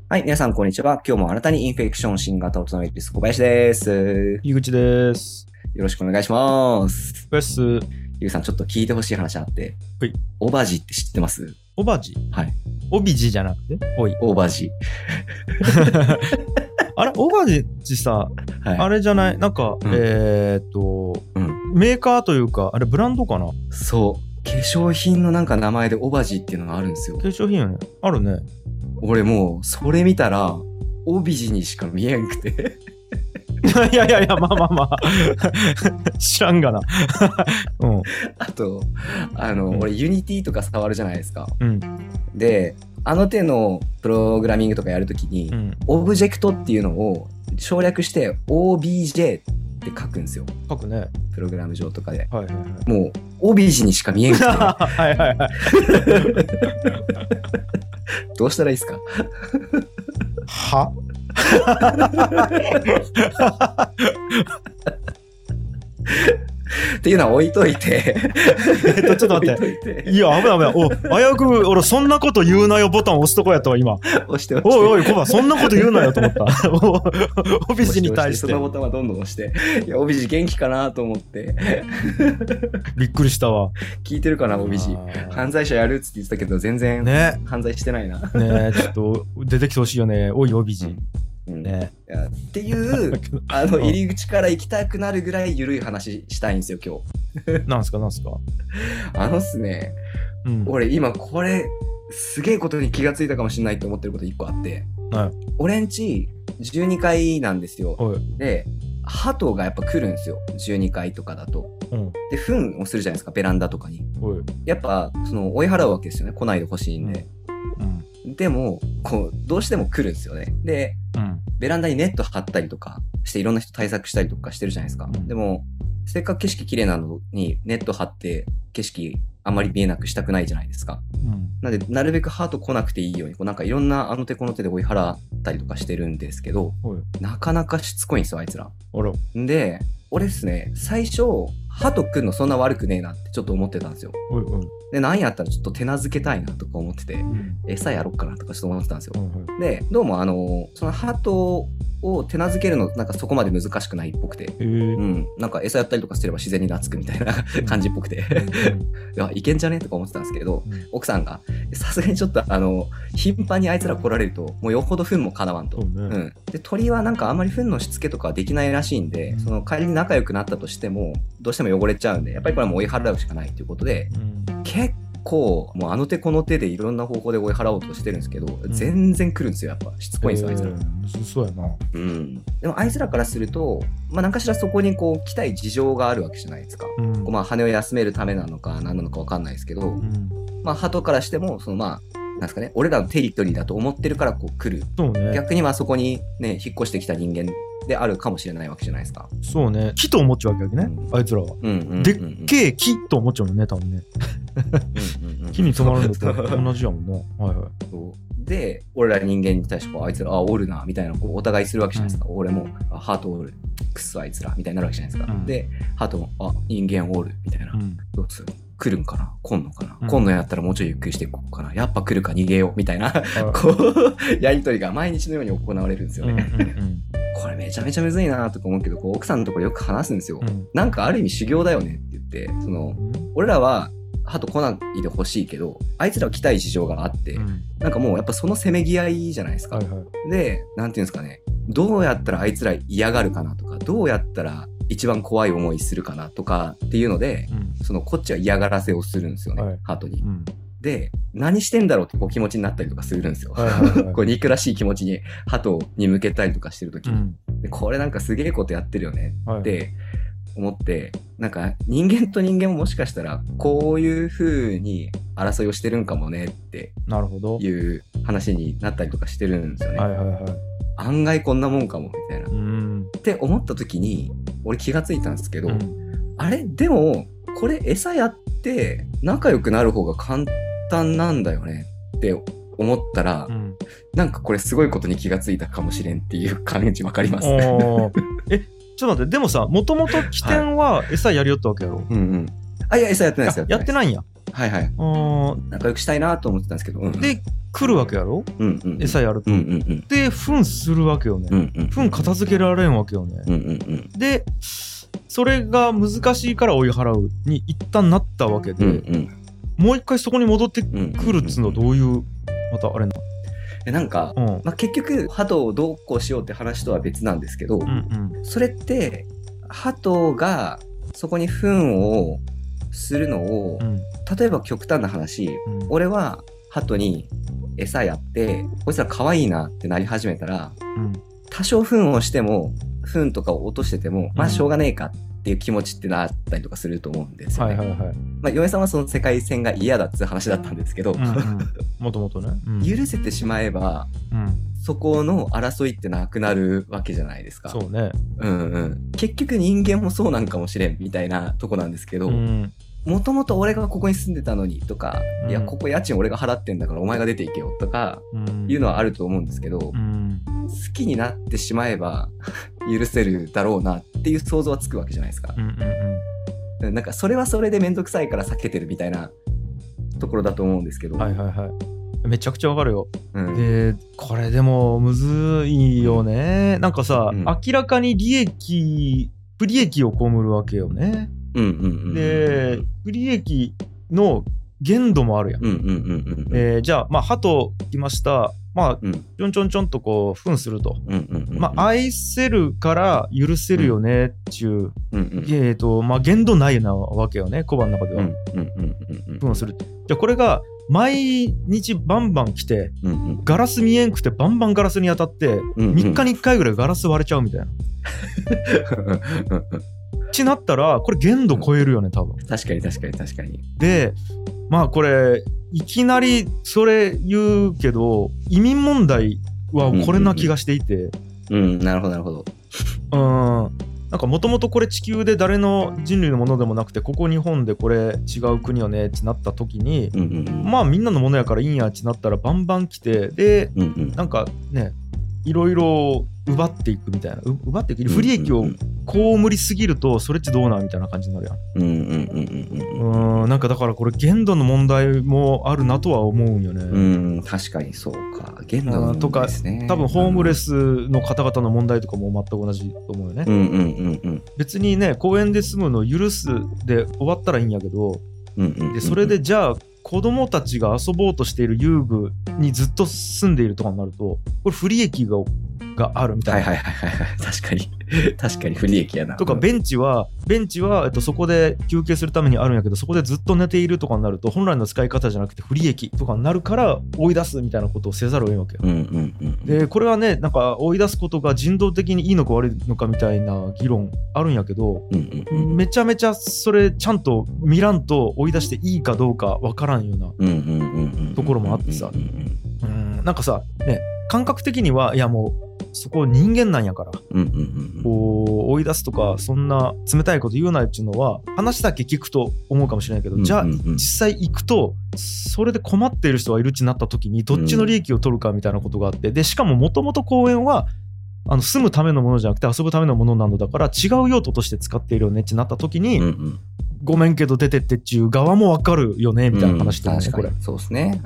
はい、皆さん、こんにちは。今日も新たにインフェクション新型大人ウイルス小林です。 井口です。 よろしくお願いします。 です。 ゆうさん、ちょっと聞いてほしい話あって。 はい。 オバジって知ってます？ オバジ？ はい。 オビジじゃなくておい。 オバジ。 あれオバジってさ、はい、あれじゃないなんか、メーカーというか、あれブランドかな？ そう。化粧品のなんか名前でオバジっていうのがあるんですよ。 化粧品よね。あるね。 俺もう、それ見たら、オビジにしか見えんくて。 いや、まあ。知らんがな。 うん。あと、俺、ユニティとか触るじゃないですか。 うん。 で、あの手のプログラミングとかやるときに、オブジェクトっていうのを省略して OBJ って書くんですよ。 書くね。 プログラム上とかで。 はいはいはい、 もう、オビジにしか見えんくて。 はいはいはい。 どうしたらいいですか？ はっていうのは置いといてちょっと待って。いや、危ない。お、危うく、俺、そんなこと言うなよボタン押すとこやったわ、今。 押して。 おい、コバ、そんなこと言うなよと思った。オビジに対して。 そのボタンはどんどん押して。いや、オビジ元気かなと思って。 びっくりしたわ。 聞いてるかな、オビジ。犯罪者やるっつって言ってたけど、全然、犯罪してないな。 ねちょっと、出てきてほしいよね。おい、オビジ。ね、 いやっていう入り口から行きたくなるぐらい緩い話したいんですよ今日。 なんすかっすね、俺今これすげえことに気がついたかもしれないと思ってること1個あって、俺んち12階なんですよ。で鳩がやっぱ来るんですよ12階とかだと。で糞をするじゃないですかベランダとかに。やっぱその追い払うわけですよね、来ないでほしいんで。でもこうどうしても来るんですよね。で、ベランダにネット張ったりとかしていろんな人対策したりとかしてるじゃないですか。でもせっかく景色綺麗なのにネット張って景色あんまり見えなくしたくないじゃないですか。なんでなるべくハート来なくていいようにこうなんかいろんなあの手この手で追い払ったりとかしてるんですけど、なかなかしつこいんですよあいつら。で俺ですね、最初ハトくんのそんな悪くねえなってちょっと思ってたんですよ。でなんやったらちょっと手なずけたいなとか思ってて、餌やろっかなとかちょっと思ってたんですよ。でどうもそのハトを手なずけるのなんかそこまで難しくないっぽくて、なんか餌やったりとかすれば自然に懐くみたいな感じっぽくていけんじゃねとか思ってたんですけど、奥さんがさすがにちょっと頻繁にあいつら来られるともうよほど糞もかなわんと。で鳥はなんかあんまり糞のしつけとかできないらしいんで、その仮に仲良くなったとしてもどうしても汚れちゃうんで、やっぱりこれはもう追い払うしかないということで、結構もうあの手この手でいろんな方法で追い払おうとしてるんですけど、全然来るんですよ。やっぱしつこいんですよ、あいつら。 そうやな。 でもあいつらからすると、何かしらそこにこう来たい事情があるわけじゃないですか。羽を休めるためなのか何なのか分かんないですけど、鳩からしてもそのなんですかね、俺らのテリトリーだと思ってるからこう来る。逆にそこにね引っ越してきた人間であるかもしれないわけじゃないですか。 そうね。木と思っちゃうわけね、あいつらは。でっけえ木と思っちゃうもんね、多分ね。木に止まるのと同じやもんな。 で、俺ら人間に対してこうあいつらおるなみたいなこうお互いするわけじゃないですか。俺もハートおる、クソあいつらみたいになるわけじゃないですか。で、ハートも人間おるみたいな。どうする？来るんかな来んのかな、来んのやったらもうちょいゆっくりしていこうかな、やっぱ来るか逃げようみたいなこうやりとりが毎日のように行われるんですよね。これめちゃめちゃむずいなとか思うけど、こう奥さんのところよく話すんですよ。なんかある意味修行だよねって言って、俺らは鳩来ないでほしいけどあいつらは来たい事情があって、なんかもうやっぱそのせめぎ合いじゃないですか。で、なんていうんですかね、どうやったらあいつら嫌がるかなとか、どうやったら一番怖い思いするかなとかっていうので、こっちは嫌がらせをするんですよね、ハートに。で、何してんだろうってこう気持ちになったりとかするんですよ。こう憎らしい気持ちにハトに向けたりとかしてるときに、でこれなんかすげえことやってるよねって思って、なんか人間と人間ももしかしたらこういう風に争いをしてるんかもねっていう話になったりとかしてるんですよね。案外こんなもんかもみたいな、って思った時に俺気がついたんですけど、あれでもこれ餌やって仲良くなる方が簡単なんだよねって思ったら、なんかこれすごいことに気がついたかもしれんっていう感じ分かります？ちょっと待って、でもさ、もともと起点は餌やりよったわけやろ。 いや餌やってないですよ。 やってないんや。 はいはい。仲良くしたいなと思ってたんですけど。 で、来るわけやろ、餌やると。で、糞するわけよね。糞片付けられんわけよね。で、それが難しいから追い払うに一旦なったわけで、もう一回そこに戻ってくるっつうのはどういう、またあれな。 なんか、結局、鳩をどうこうしようって話とは別なんですけど、それって、鳩がそこに糞をするのを、例えば極端な話、俺は鳩に餌やって、こいつら可愛いなってなり始めたら、多少糞をしても、糞とかを落としてても、まあしょうがねえかっていう気持ちってなったりとかすると思うんですよね。まあ、嫁さんはその世界線が嫌だっていう話だったんですけど、 もともとね、 許せてしまえば、そこの争いってなくなるわけじゃないですか。 そうね。 結局人間もそうなんかもしれんみたいなとこなんですけど、もともと俺がここに住んでたのにとか、いや、ここ家賃俺が払ってんだからお前が出ていけよとか、いうのはあると思うんですけど、好きになってしまえば許せるだろうなっていう想像はつくわけじゃないですか。なんかそれはそれでめんどくさいから避けてるみたいなところだと思うんですけど。 めちゃくちゃわかるよ。で、これでもむずいよね。なんかさ、明らかに不利益を被るわけよね。で、不利益の限度もあるやん。じゃあ、まあ、鳩来ました。まあ、ちょんちょんちょんとこう、糞すると。まあ、愛せるから許せるよねっていう、まあ、限度ないなわけよね、小判の中では。糞する。じゃあ、これが、毎日バンバン来て、ガラス見えんくてバンバンガラスに当たって、3日に1回ぐらいガラス割れちゃうみたいな。ってなったら、これ限度超えるよね、多分。 確かに。 で、まあこれ、いきなりそれ言うけど、移民問題はこれな気がしていて。 なるほど。 なんかもともとこれ地球で誰の人類のものでもなくて、ここ日本でこれ違う国よねってなった時に、まあみんなのものやからいいんやってなったらバンバン来て、で、なんかね、いろいろ奪っていくみたいな、奪っていく不利益を被りすぎるとそれってどうなんみたいな感じになるやん。なんかだからこれ限度の問題もあるなとは思うんよね。 確かにそうか。限度の問題ですね。 とか多分ホームレスの方々の問題とかも全く同じと思うよね。別にね、公園で住むのを許すで終わったらいいんやけど、でそれでじゃあ子供たちが遊ぼうとしている遊具にずっと住んでいるとかになると、これ不利益があるみたいな。 確かに不利益やな。 とかベンチは、そこで休憩するためにあるんやけど、そこでずっと寝ているとかになると本来の使い方じゃなくて不利益とかになるから追い出すみたいなことをせざるを得んわけよ。でこれはね、なんか追い出すことが人道的にいいのか悪いのかみたいな議論あるんやけど、めちゃめちゃそれちゃんと見らんと追い出していいかどうかわからんようなところもあってさ、なんかさね、感覚的にはいやもうそこ人間なんやから、こう追い出すとかそんな冷たいこと言うなっていうのは話だけ聞くと思うかもしれないけど、じゃあ実際行くとそれで困っている人がいるってなった時にどっちの利益を取るかみたいなことがあって、でしかももともと公園は住むためのものじゃなくて遊ぶためのものなのだから違う用途として使っているよねってなった時に、ごめんけど出てってっていう側も分かるよねみたいな話ってね、これ。 そうですね。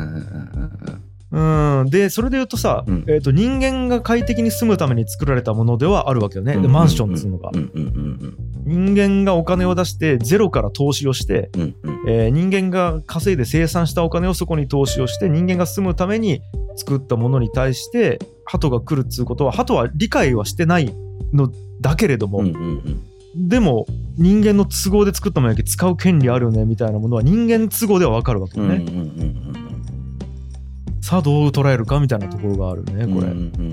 でそれで言うとさ、人間が快適に住むために作られたものではあるわけよね。でマンションっていうのが、人間がお金を出してゼロから投資をして、人間が稼いで生産したお金をそこに投資をして人間が住むために作ったものに対して鳩が来るっつうことは、鳩は理解はしてないのだけれども、でも人間の都合で作ったものやけ使う権利あるよねみたいなものは人間都合では分かるわけよね。さあどう捉えるかみたいなところがあるね、これ。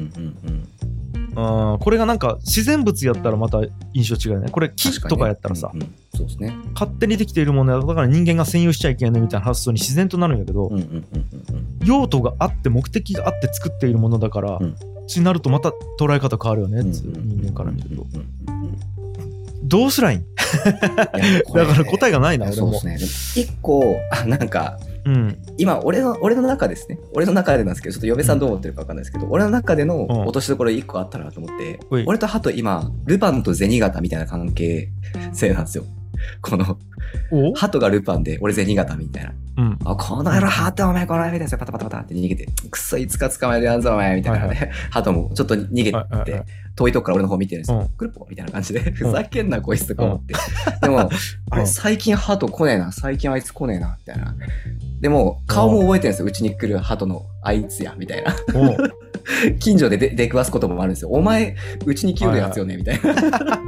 これがなんか自然物やったらまた印象違うね。これ木とかやったらさ、 そうですね、 勝手にできているものだから人間が占有しちゃいけないみたいな発想に自然となるんやけど、用途があって目的があって作っているものだから、ってなるとまた捉え方変わるよね、人間から見ると。どうすらいいんだから答えがないな、俺も。 そうですね。一個なんか、今俺の中ですね、俺の中でなんですけど、ちょっと嫁さんどう思ってるか分かんないですけど、俺の中での落としどころ一個あったなと思って、俺とハト今ルパンと銭形みたいな関係性なんですよ。 この、鳩がルパンで、俺銭形みたいな。この野郎鳩お前この間みたいなパタパタパタって逃げて、くそいつか捕まえてやんぞお前みたいなね。鳩もちょっと逃げて、遠いとこから俺の方見てるんですよ。クルポみたいな感じで、ふざけんなこいつとか思って。でも、あれ最近鳩来ねえな、最近あいつ来ねえな、みたいな。でも、顔も覚えてるんですよ。うちに来る鳩のあいつや、みたいな。近所で出くわすこともあるんですよ。お前、うちに来るやつよね、みたいな。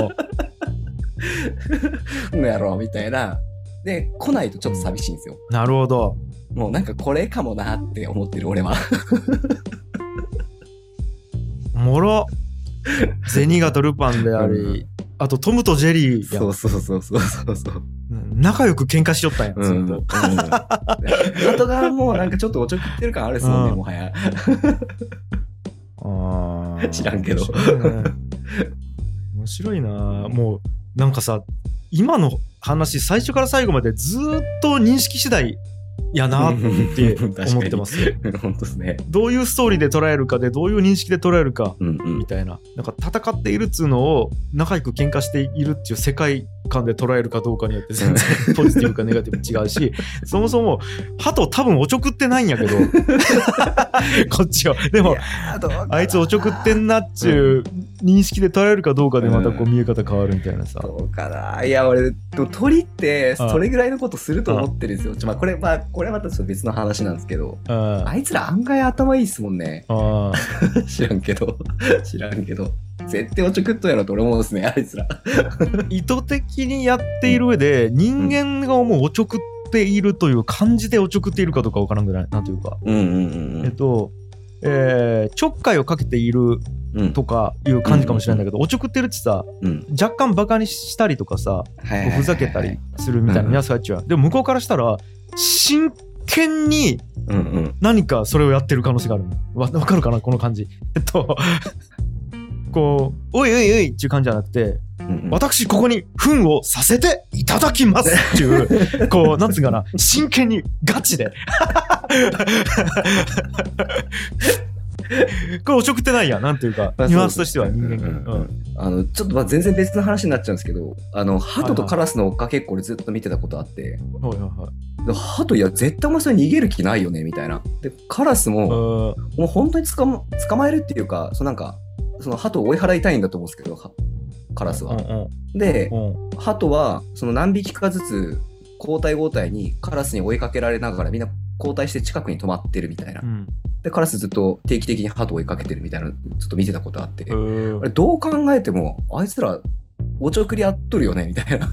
のやろう、みたいな。で、来ないとちょっと寂しいんですよ。 なるほど。 もうなんかこれかもなって思ってる、俺は。 おもろ。銭形ルパンであり、あとトムとジェリーやん。 そう。 仲良く喧嘩しよったんや、ずっと。 後側もなんかちょっとおちょくってる感あるっすもんね、もはや。知らんけど。 面白いな。もうなんかさ、今の話最初から最後までずっと認識次第やなって思ってますよ。 本当ですね。 どういうストーリーで捉えるかで、どういう認識で捉えるかみたいな。なんか戦っているっつうのを仲良く喧嘩しているっていう世界観で捉えるかどうかによって全然ポジティブかネガティブ違うし、そもそも鳩多分おちょくってないんやけどこっちはでもあいつおちょくってんなっちゅう認識で捉えるかどうかでまたこう見え方変わるみたいなさ。 そうかな。いや俺鳥ってそれぐらいのことすると思ってるんですよ。これはまたちょっと別の話なんですけど、あいつら案外頭いいっすもんね。知らんけど絶対おちょくっとやろと俺思うんですね、あいつら。 意図的にやっている上で人間が思うおちょくっているという感じでおちょくっているかどうかわからんぐらい、なんていうか、ちょっかいをかけているとかいう感じかもしれないんだけど、おちょくってるってさ、若干バカにしたりとかさ、ふざけたりするみたいなやつ入っちゃう。でも向こうからしたら真剣に何かそれをやってる可能性がある。わかるかなこの感じ。こうおいおいおいっていう感じじゃなくて、私ここに糞をさせていただきますっていうこうなんつうかな、真剣にガチでこれおちょくってないやん、なんていうか、ニュアンスとしては人間が、 ちょっと全然別の話になっちゃうんですけど、鳩とカラスの追っかけっこ俺ずっと見てたことあって、鳩いや絶対お前それ逃げる気ないよねみたいな。でカラスももう本当に捕まえるっていうか、なんかその鳩を追い払いたいんだと思うんですけど、カラスは。で、鳩はその何匹かずつ交代交代にカラスに追いかけられながらみんな交代して近くに止まってるみたいな。でカラスずっと定期的に鳩を追いかけてるみたいなちょっと見てたことあって、あれどう考えてもあいつらおちょくりやっとるよねみたいな。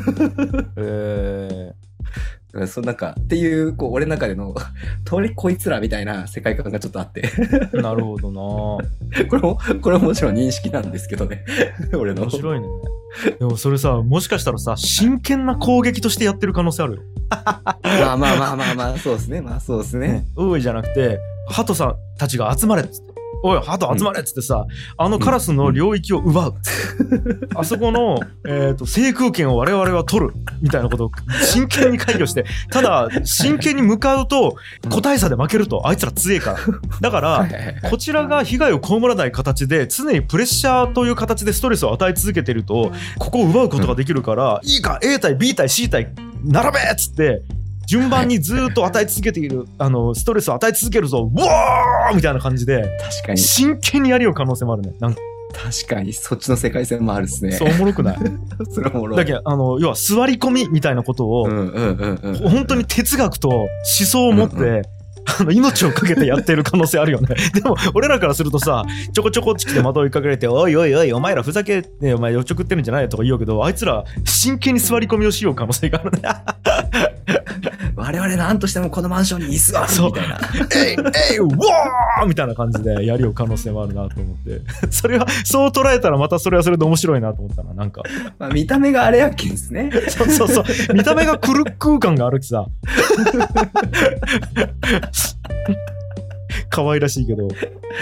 なんかっていう俺の中での鳥こいつらみたいな世界観がちょっとあって。 なるほどな。 これももちろん認識なんですけどね。俺の。 面白いね。でもそれさ、もしかしたらさ、真剣な攻撃としてやってる可能性あるよ。 まあそうですね。そうですね。 おいじゃなくて、鳩さんたちが集まれっつって。おい鳩集まれっつってさ、カラスの領域を奪う、あそこの、制空権を我々は取るみたいなことを真剣に会議をして、ただ真剣に向かうと個体差で負けると、あいつら強えからだからこちらが被害を被らない形で常にプレッシャーという形でストレスを与え続けてると、ここを奪うことができるから、いいか A 対 B 対 C 対並べっつって順番にずっと与え続けているストレスを与え続けるぞ、うわーみたいな感じで、 確かに真剣にやりよう可能性もあるね。なんか確かにそっちの世界線もあるっすね。 そうおもろくない？ それおもろい。 だけど要は座り込みみたいなことを本当に哲学と思想を持って、命をかけてやってる可能性あるよね。でも俺らからするとさ、ちょこちょこっち来て的を追いかけられて、おいおいおいお前らふざけてお前おちょくってるんじゃないよとか言うけど、あいつら真剣に座り込みをしよう可能性があるね。 我々なんとしてもこのマンションに居座るみたいな。 えいウォーみたいな感じでやりよう可能性もあるなと思って、それはそう捉えたらまたそれはそれで面白いなと思ったな。なんか、 見た目があれやっけんですね。 そう見た目がクルック感があるきさ。可愛らしいけど、 い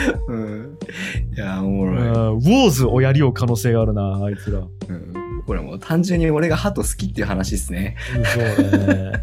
やおもろい。 ウォーズをやりよう可能性があるな、あいつら。 これもう単純に俺が鳩好きっていう話ですね。 そうね。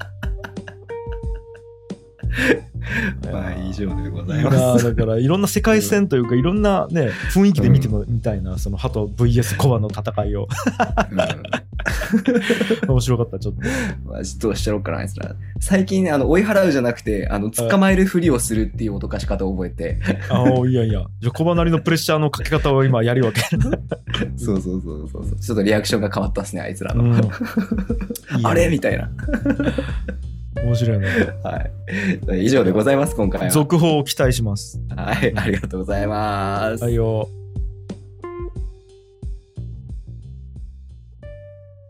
まあ以上でございます。 だからいろんな世界線というか、いろんなね雰囲気で見てもみたいな、その鳩 VS コアの戦いを。 面白かった、ちょっと。 マジどうしてやろうかな、あいつら。最近、追い払うじゃなくて、捕まえるふりをするっていう脅かし方を覚えて。 いやいや。じゃあ、小離りのプレッシャーのかけ方を今やるわけ。 そう。ちょっとリアクションが変わったっすね、あいつらの。あれみたいな。 面白いね。 はい。以上でございます、今回は。 続報を期待します。 はい、ありがとうございます。 はいよ。